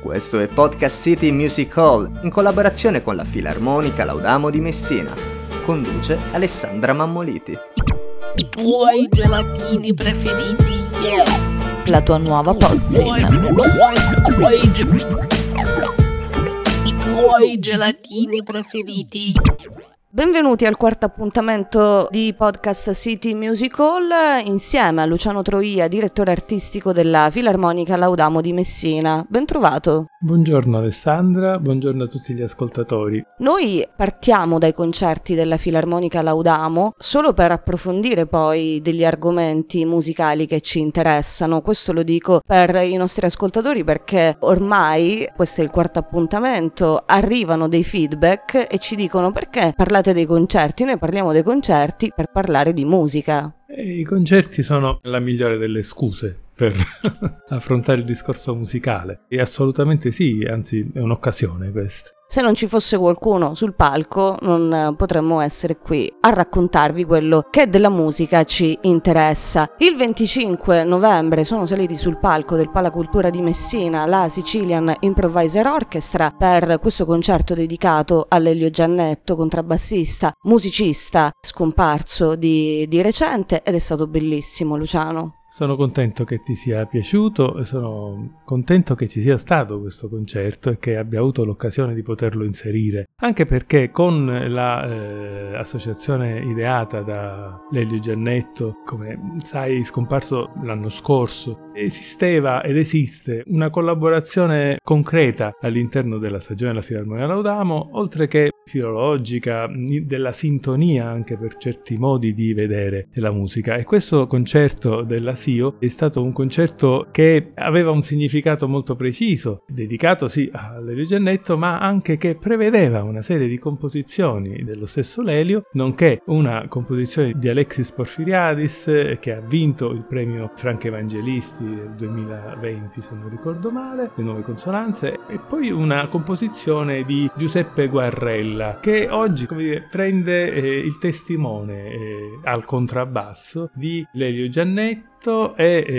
Questo è Podcast City Music Hall in collaborazione con la Filarmonica Laudamo di Messina. Conduce Alessandra Mammoliti. I tuoi gelatini preferiti, La tua nuova pozzina. I tuoi gelatini preferiti. Benvenuti al quarto appuntamento di Podcast City Music Hall insieme a Luciano Troia, direttore artistico della Filarmonica Laudamo di Messina. Ben trovato. Buongiorno Alessandra, buongiorno a tutti gli ascoltatori. Noi partiamo dai concerti della Filarmonica Laudamo solo per approfondire poi degli argomenti musicali che ci interessano. Questo lo dico per i nostri ascoltatori perché ormai, questo è il quarto appuntamento, arrivano dei feedback e ci dicono perché parlate dei concerti. Noi parliamo dei concerti per parlare di musica. E i concerti sono la migliore delle scuse per affrontare il discorso musicale. E assolutamente sì, anzi è un'occasione questa. Se non ci fosse qualcuno sul palco non potremmo essere qui a raccontarvi quello che della musica ci interessa. Il 25 novembre sono saliti sul palco del Palacultura di Messina la Sicilian Improviser Orchestra per questo concerto dedicato a Lelio Giannetto, contrabbassista, musicista scomparso di recente, ed è stato bellissimo, Luciano. Sono contento che ti sia piaciuto e sono contento che ci sia stato questo concerto e che abbia avuto l'occasione di poterlo inserire, anche perché con l'associazione ideata da Lelio Giannetto, come sai scomparso l'anno scorso, esisteva ed esiste una collaborazione concreta all'interno della stagione della Filarmonica Laudamo, oltre che filologica, della sintonia anche per certi modi di vedere la musica. E questo concerto della SIO è stato un concerto che aveva un significato molto preciso, dedicato sì a Lelio Giannetto, ma anche che prevedeva una serie di composizioni dello stesso Lelio, nonché una composizione di Alexis Porfiriadis che ha vinto il premio Franco Evangelisti del 2020, se non ricordo male, le nuove consonanze, e poi una composizione di Giuseppe Guarrella che oggi, come dire, prende il testimone al contrabbasso di Lelio Giannetto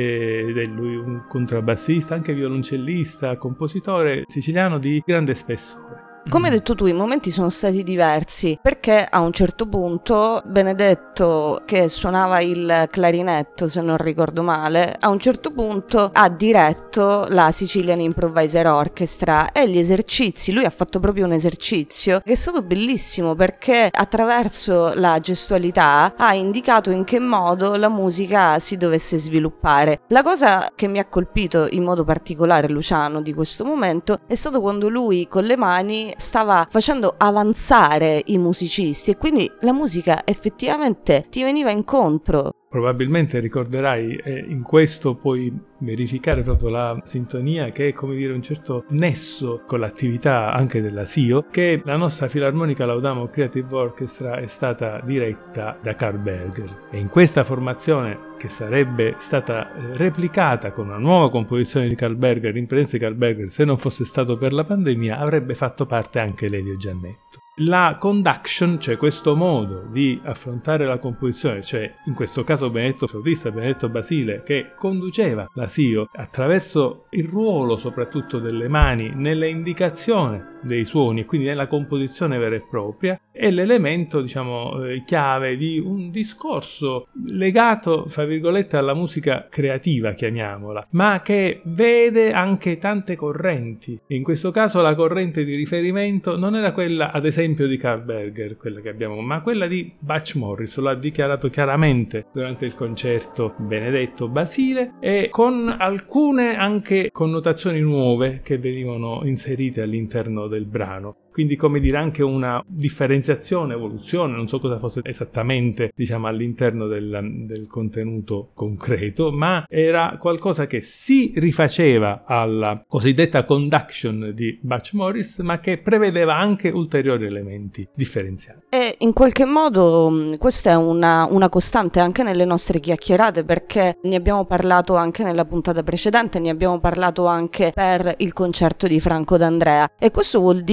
ed è lui un contrabbassista, anche violoncellista, compositore siciliano di grande spessore. Come hai detto tu, i momenti sono stati diversi perché a un certo punto Benedetto, che suonava il clarinetto se non ricordo male, a un certo punto ha diretto la Sicilian Improviser Orchestra e gli esercizi, lui ha fatto proprio un esercizio che è stato bellissimo perché attraverso la gestualità ha indicato in che modo la musica si dovesse sviluppare. La cosa che mi ha colpito in modo particolare, Luciano, di questo momento è stato quando lui con le mani stava facendo avanzare i musicisti e quindi la musica effettivamente ti veniva incontro. Probabilmente ricorderai, in questo puoi verificare proprio la sintonia che è, come dire, un certo nesso con l'attività anche della SIO, che la nostra Filarmonica Laudamo Creative Orchestra è stata diretta da Carl Berger, e in questa formazione, che sarebbe stata replicata con una nuova composizione di Carl Berger, in presenza di Carl Berger, se non fosse stato per la pandemia, avrebbe fatto parte anche Lelio Giannetto. La conduction, cioè questo modo di affrontare la composizione, cioè in questo caso Benedetto flautista, Benedetto Basile, che conduceva la SIO attraverso il ruolo soprattutto delle mani nelle indicazioni dei suoni e quindi nella composizione vera e propria, è l'elemento, diciamo, chiave di un discorso legato, fra virgolette, alla musica creativa, chiamiamola, ma che vede anche tante correnti. In questo caso la corrente di riferimento non era quella, ad esempio, di Carl Berger, quella che abbiamo, ma quella di Butch Morris. Lo ha dichiarato chiaramente durante il concerto Benedetto Basile, e con alcune anche connotazioni nuove che venivano inserite all'interno del brano. Quindi, come dire, anche una differenziazione, evoluzione, non so cosa fosse esattamente, diciamo, all'interno del contenuto concreto, ma era qualcosa che si rifaceva alla cosiddetta conduction di Butch Morris, ma che prevedeva anche ulteriori elementi differenziati. E in qualche modo questa è una costante anche nelle nostre chiacchierate, perché ne abbiamo parlato anche nella puntata precedente, ne abbiamo parlato anche per il concerto di Franco D'Andrea, e questo vuol dire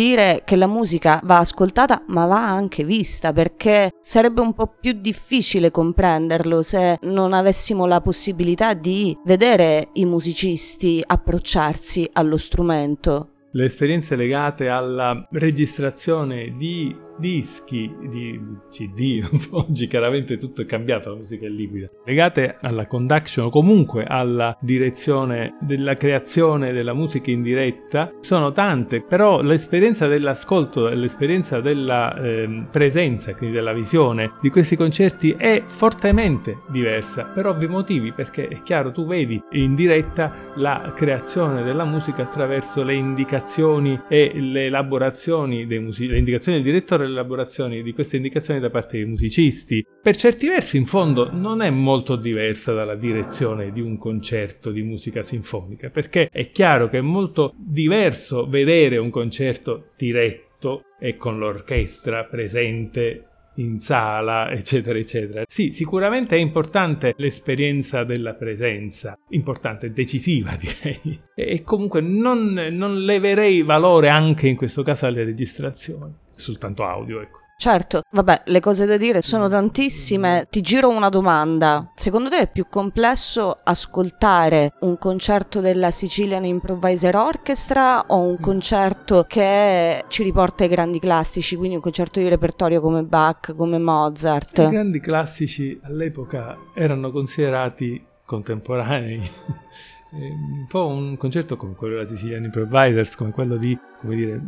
che la musica va ascoltata ma va anche vista, perché sarebbe un po' più difficile comprenderlo se non avessimo la possibilità di vedere i musicisti approcciarsi allo strumento. Le esperienze legate alla registrazione di dischi, di CD, non so, oggi chiaramente tutto è cambiato, la musica è liquida, legate alla conduction o comunque alla direzione della creazione della musica in diretta sono tante, però l'esperienza dell'ascolto e l'esperienza della presenza, quindi della visione di questi concerti è fortemente diversa per ovvi motivi, perché è chiaro, tu vedi in diretta la creazione della musica attraverso le indicazioni e le elaborazioni dei le indicazioni del direttore, elaborazioni di queste indicazioni da parte dei musicisti. Per certi versi in fondo non è molto diversa dalla direzione di un concerto di musica sinfonica, perché è chiaro che è molto diverso vedere un concerto diretto e con l'orchestra presente in sala, eccetera eccetera. Sì, sicuramente è importante l'esperienza della presenza, importante, decisiva direi, e comunque non leverei valore anche in questo caso alle registrazioni, soltanto audio, ecco. Certo, vabbè, le cose da dire sono tantissime. Ti giro una domanda. Secondo te è più complesso ascoltare un concerto della Sicilian Improviser Orchestra o un concerto che ci riporta ai grandi classici, quindi un concerto di repertorio come Bach, come Mozart? I grandi classici all'epoca erano considerati contemporanei. Un po' un concerto come quello della Sicilian Improvisers, come quello di, come dire,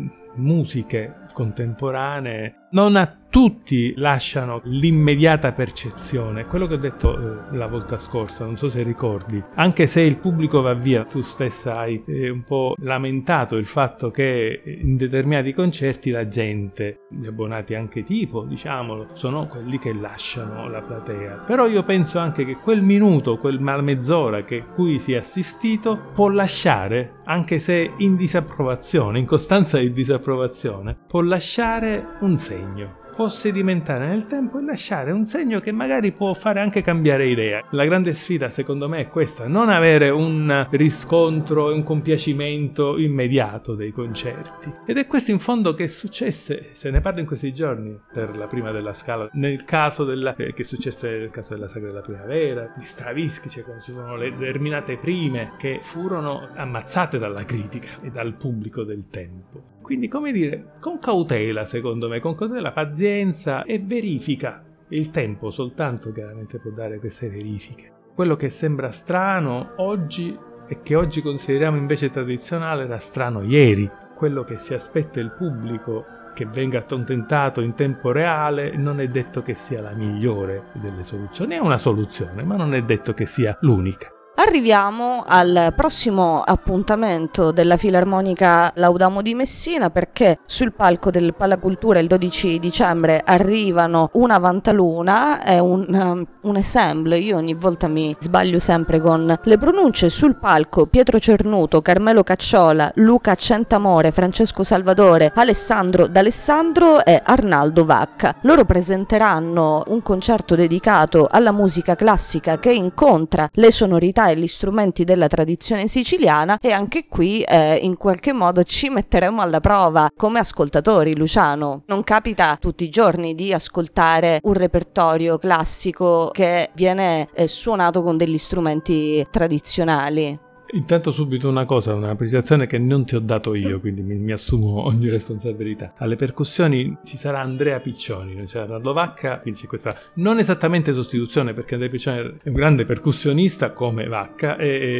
musiche contemporanee, non a tutti lasciano l'immediata percezione. Quello che ho detto la volta scorsa, non so se ricordi, anche se il pubblico va via, tu stessa hai un po' lamentato il fatto che in determinati concerti la gente, gli abbonati anche tipo, diciamolo, sono quelli che lasciano la platea. Però io penso anche che quel minuto, quel mezz'ora che cui si è assistito può lasciare, anche se in disapprovazione, in costanza di disapprovazione, può lasciare un segno. Può sedimentare nel tempo e lasciare un segno che magari può fare anche cambiare idea. La grande sfida secondo me è questa, non avere un riscontro e un compiacimento immediato dei concerti. Ed è questo in fondo che successe, se ne parla in questi giorni, per la prima della Scala, nel caso che successe nel caso della Sagra della Primavera, di Stravinsky, cioè quando ci sono le determinate prime che furono ammazzate dalla critica e dal pubblico del tempo. Quindi, come dire, con cautela secondo me, con cautela, pazienza e verifica. Il tempo soltanto chiaramente può dare queste verifiche. Quello che sembra strano oggi e che oggi consideriamo invece tradizionale era strano ieri. Quello che si aspetta il pubblico che venga accontentato in tempo reale non è detto che sia la migliore delle soluzioni. È una soluzione, ma non è detto che sia l'unica. Arriviamo al prossimo appuntamento della Filarmonica Laudamo di Messina, perché sul palco del Palacultura il 12 dicembre arrivano Una Vantaluna, è un ensemble, io ogni volta mi sbaglio sempre con le pronunce. Sul palco Pietro Cernuto, Carmelo Cacciola, Luca Centamore, Francesco Salvadore, Alessandro D'Alessandro e Arnaldo Vacca. Loro presenteranno un concerto dedicato alla musica classica che incontra le sonorità e gli strumenti della tradizione siciliana, e anche qui in qualche modo ci metteremo alla prova come ascoltatori. Luciano, non capita tutti i giorni di ascoltare un repertorio classico che viene suonato con degli strumenti tradizionali. Intanto subito una cosa, una precisazione che non ti ho dato io, quindi mi assumo ogni responsabilità. Alle percussioni ci sarà Andrea Piccioni, non c'è Arnaldo Vacca, quindi c'è questa non esattamente sostituzione, perché Andrea Piccioni è un grande percussionista come Vacca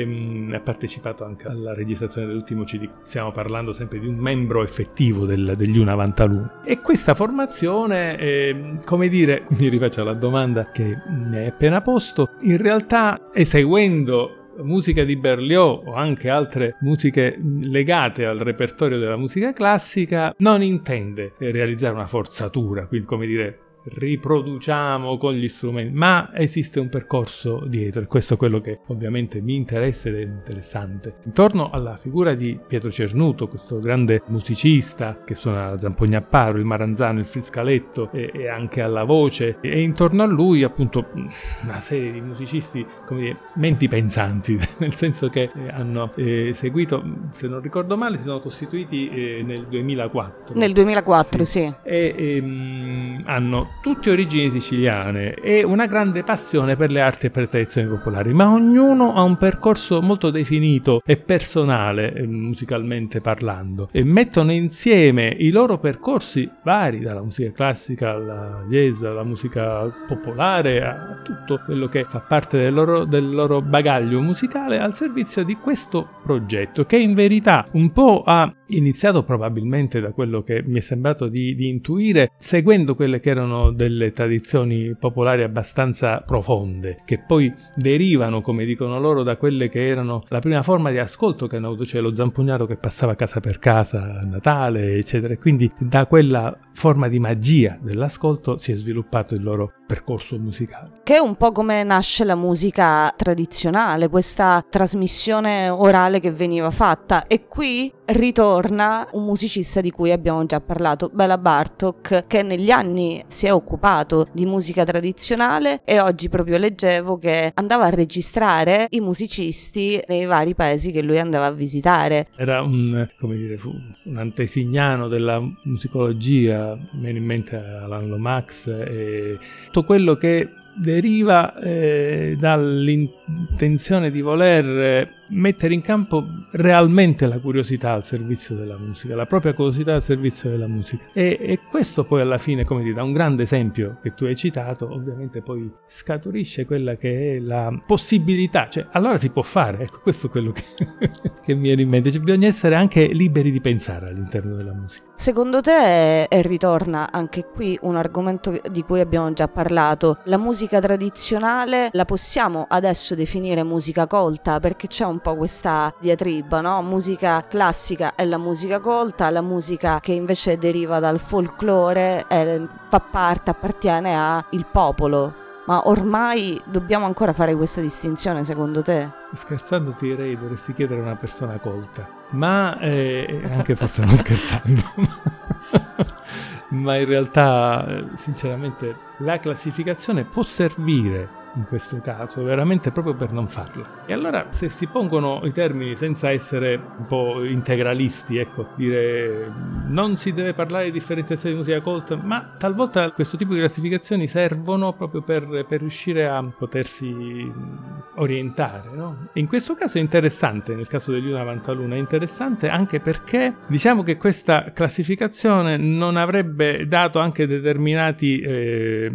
e ha partecipato anche alla registrazione dell'ultimo CD. Stiamo parlando sempre di un membro effettivo degli Una Vantaluna. E questa formazione, come dire, mi rifaccio alla domanda che mi hai appena posto, in realtà eseguendo musica di Berlioz o anche altre musiche legate al repertorio della musica classica non intende realizzare una forzatura, quindi come dire riproduciamo con gli strumenti, ma esiste un percorso dietro, e questo è quello che ovviamente mi interessa ed è interessante. Intorno alla figura di Pietro Cernuto, questo grande musicista che suona la zampogna-apparo, il maranzano, il friscaletto e anche alla voce, e intorno a lui appunto una serie di musicisti, come dire, menti pensanti, nel senso che hanno seguito, se non ricordo male, si sono costituiti nel 2004. Nel 2004, sì. E hanno tutte origini siciliane e una grande passione per le arti e per le tradizioni popolari, ma ognuno ha un percorso molto definito e personale, musicalmente parlando, e mettono insieme i loro percorsi vari, dalla musica classica alla jazz, alla musica popolare, a tutto quello che fa parte del loro bagaglio musicale, al servizio di questo progetto, che in verità un po' ha iniziato probabilmente da quello che mi è sembrato di intuire, seguendo quelle che erano delle tradizioni popolari abbastanza profonde, che poi derivano, come dicono loro, da quelle che erano la prima forma di ascolto che hanno avuto, cioè lo zampognato che passava casa per casa a Natale, eccetera, e quindi da quella forma di magia dell'ascolto si è sviluppato il loro percorso musicale. Che è un po' come nasce la musica tradizionale, questa trasmissione orale che veniva fatta, e qui ritorna un musicista di cui abbiamo già parlato, Bela Bartok, che negli anni si è occupato di musica tradizionale, e oggi proprio leggevo che andava a registrare i musicisti nei vari paesi che lui andava a visitare. Era un antesignano della musicologia, mi viene in mente Alain Lomax, e tutto quello che deriva dall'intenzione di voler mettere in campo realmente la curiosità al servizio della musica, la propria curiosità al servizio della musica, e questo poi alla fine, come dire, da un grande esempio che tu hai citato, ovviamente poi scaturisce quella che è la possibilità, cioè allora si può fare, ecco, questo è quello che mi viene in mente, cioè, bisogna essere anche liberi di pensare all'interno della musica. Secondo te, e ritorna anche qui un argomento di cui abbiamo già parlato, la musica tradizionale la possiamo adesso definire musica colta? Perché c'è un po' questa diatriba, no? Musica classica è la musica colta, la musica che invece deriva dal folklore appartiene al popolo. Ma ormai dobbiamo ancora fare questa distinzione, secondo te? Scherzando ti direi dovresti chiedere a una persona colta, ma anche forse non scherzando, ma in realtà sinceramente la classificazione può servire in questo caso veramente proprio per non farla. E allora, se si pongono i termini senza essere un po' integralisti, ecco, dire non si deve parlare di differenziazione di musica colta, ma talvolta questo tipo di classificazioni servono proprio per riuscire a potersi orientare, no? E in questo caso è interessante, nel caso degli Una Mantaluna è interessante anche perché diciamo che questa classificazione non avrebbe dato anche determinate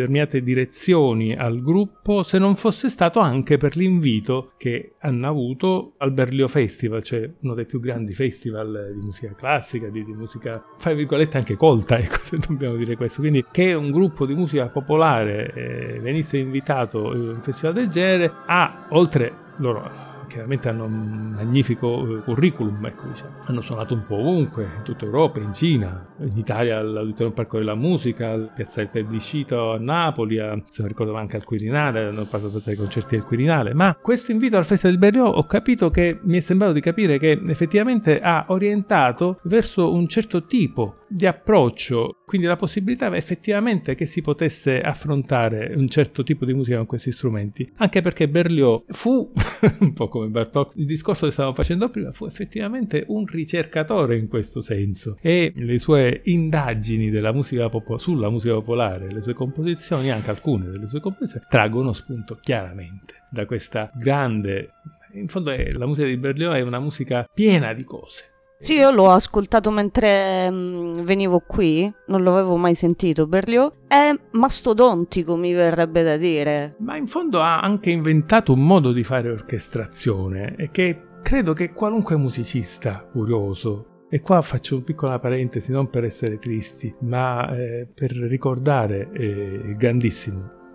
direzioni al gruppo se non fosse stato anche per l'invito che hanno avuto al Berlioz Festival, cioè uno dei più grandi festival di musica classica, di musica, fra virgolette, anche colta, ecco, se dobbiamo dire questo. Quindi che un gruppo di musica popolare venisse invitato in un festival del genere, oltre loro chiaramente hanno un magnifico curriculum, ecco, diciamo. Hanno suonato un po' ovunque, in tutta Europa, in Cina, in Italia all'Auditorium Parco della Musica, al Piazza del Plebiscito a Napoli, se non ricordo anche al Quirinale, hanno passato ai concerti del Quirinale. Ma questo invito al Festival del Berlioz ho capito che, mi è sembrato di capire che effettivamente ha orientato verso un certo tipo di approccio, quindi la possibilità effettivamente che si potesse affrontare un certo tipo di musica con questi strumenti, anche perché Berlioz fu un po' come Bartók, il discorso che stavamo facendo prima, fu effettivamente un ricercatore in questo senso, e le sue indagini della musica sulla musica popolare, le sue composizioni, anche alcune delle sue composizioni, traggono spunto chiaramente da questa grande, in fondo la musica di Berlioz è una musica piena di cose. Sì, io l'ho ascoltato mentre venivo qui, non l'avevo mai sentito. Berlioz è mastodontico, mi verrebbe da dire. Ma in fondo ha anche inventato un modo di fare orchestrazione, e che credo che qualunque musicista curioso, e qua faccio una piccola parentesi, non per essere tristi, ma per ricordare il grandissimo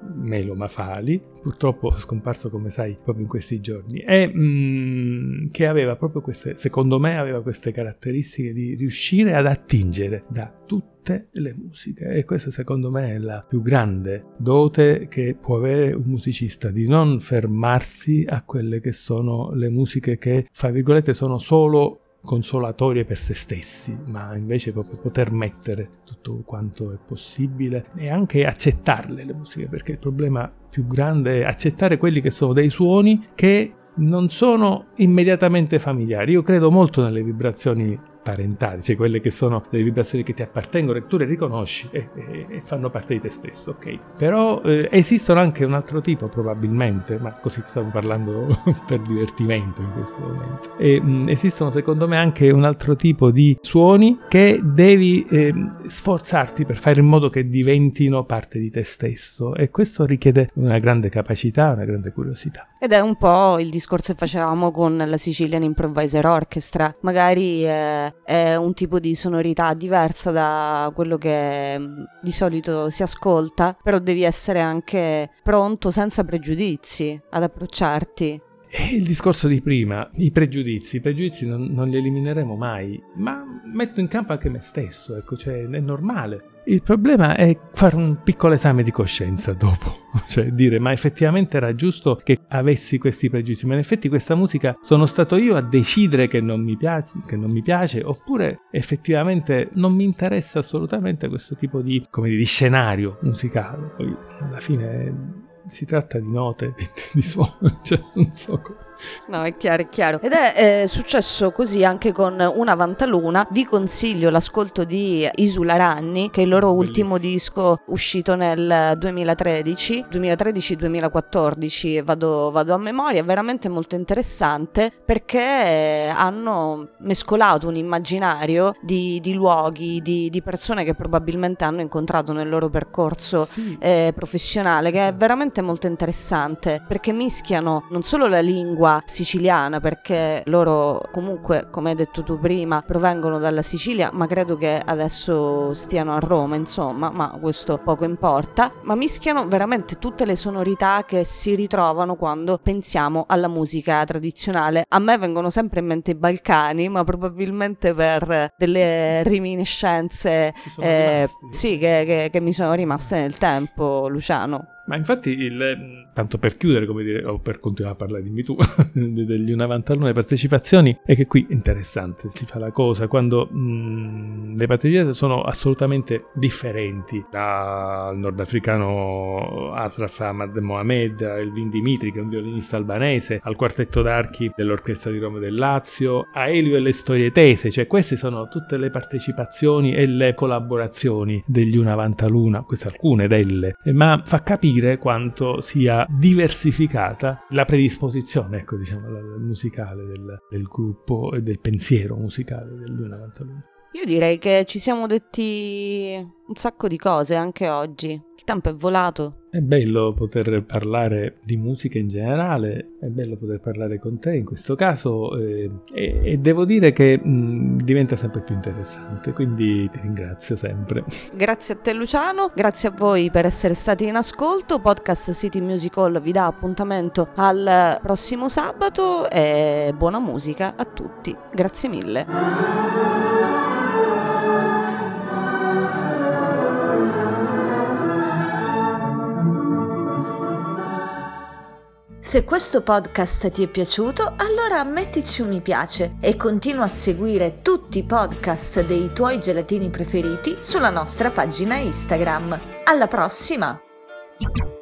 Melo Mafali, purtroppo scomparso come sai proprio in questi giorni, e che aveva proprio secondo me aveva queste caratteristiche di riuscire ad attingere da tutte le musiche, e questa secondo me è la più grande dote che può avere un musicista, di non fermarsi a quelle che sono le musiche che, fra virgolette, sono solo consolatorie per se stessi, ma invece proprio poter mettere tutto quanto è possibile e anche accettarle le musiche, perché il problema più grande è accettare quelli che sono dei suoni che non sono immediatamente familiari. Io credo molto nelle vibrazioni parentali, cioè quelle che sono delle vibrazioni che ti appartengono e tu le riconosci e fanno parte di te stesso, ok? Però esistono anche un altro tipo, probabilmente, ma così stavo parlando per divertimento in questo momento, e esistono secondo me anche un altro tipo di suoni che devi sforzarti per fare in modo che diventino parte di te stesso, e questo richiede una grande capacità, una grande curiosità. Ed è un po' il discorso che facevamo con la Sicilian Improviser Orchestra, magari è un tipo di sonorità diversa da quello che di solito si ascolta, però devi essere anche pronto, senza pregiudizi, ad approcciarti. E il discorso di prima, i pregiudizi non li elimineremo mai, ma metto in campo anche me stesso, ecco, cioè è normale. Il problema è fare un piccolo esame di coscienza dopo, cioè dire: ma effettivamente era giusto che avessi questi pregiudizi, ma in effetti questa musica sono stato io a decidere che non mi piace, oppure effettivamente non mi interessa assolutamente questo tipo di, come dire, di scenario musicale. Poi alla fine si tratta di note, di suono, cioè non so come. No, è chiaro. Ed è successo così anche con Una Vantaluna. Vi consiglio l'ascolto di Isula Ranni, che è il loro ultimo disco uscito nel 2013-2014, vado a memoria. È veramente molto interessante perché hanno mescolato un immaginario di luoghi, di persone che probabilmente hanno incontrato nel loro percorso professionale, che è veramente molto interessante, perché mischiano non solo la lingua siciliana, perché loro comunque, come hai detto tu prima, provengono dalla Sicilia, ma credo che adesso stiano a Roma, insomma, ma questo poco importa, ma mischiano veramente tutte le sonorità che si ritrovano quando pensiamo alla musica tradizionale. A me vengono sempre in mente i Balcani, ma probabilmente per delle reminiscenze che mi sono rimaste nel tempo, Luciano. Ma infatti, tanto per chiudere, come dire, o per continuare a parlare, dimmi tu, degli Una Vantaluna, le partecipazioni, è che qui è interessante, si fa la cosa quando le partecipazioni sono assolutamente differenti, dal nordafricano Asraf Ahmad Mohamed, Elvin Dimitri, che è un violinista albanese, al quartetto d'archi dell'Orchestra di Roma del Lazio, a Elio e le storie tese, cioè queste sono tutte le partecipazioni e le collaborazioni degli Una Vantaluna, queste alcune delle, ma fa capire quanto sia diversificata la predisposizione, ecco, diciamo, musicale del gruppo e del pensiero musicale degli Una Vantaluna. Io direi che ci siamo detti un sacco di cose anche oggi. Il tempo è volato. È bello poter parlare di musica in generale, è bello poter parlare con te in questo caso, e devo dire che diventa sempre più interessante, quindi ti ringrazio sempre. Grazie a te Luciano, grazie a voi per essere stati in ascolto. Podcast City Music Hall vi dà appuntamento al prossimo sabato e buona musica a tutti. Grazie mille. Se questo podcast ti è piaciuto, allora mettici un mi piace e continua a seguire tutti i podcast dei tuoi gelatini preferiti sulla nostra pagina Instagram. Alla prossima!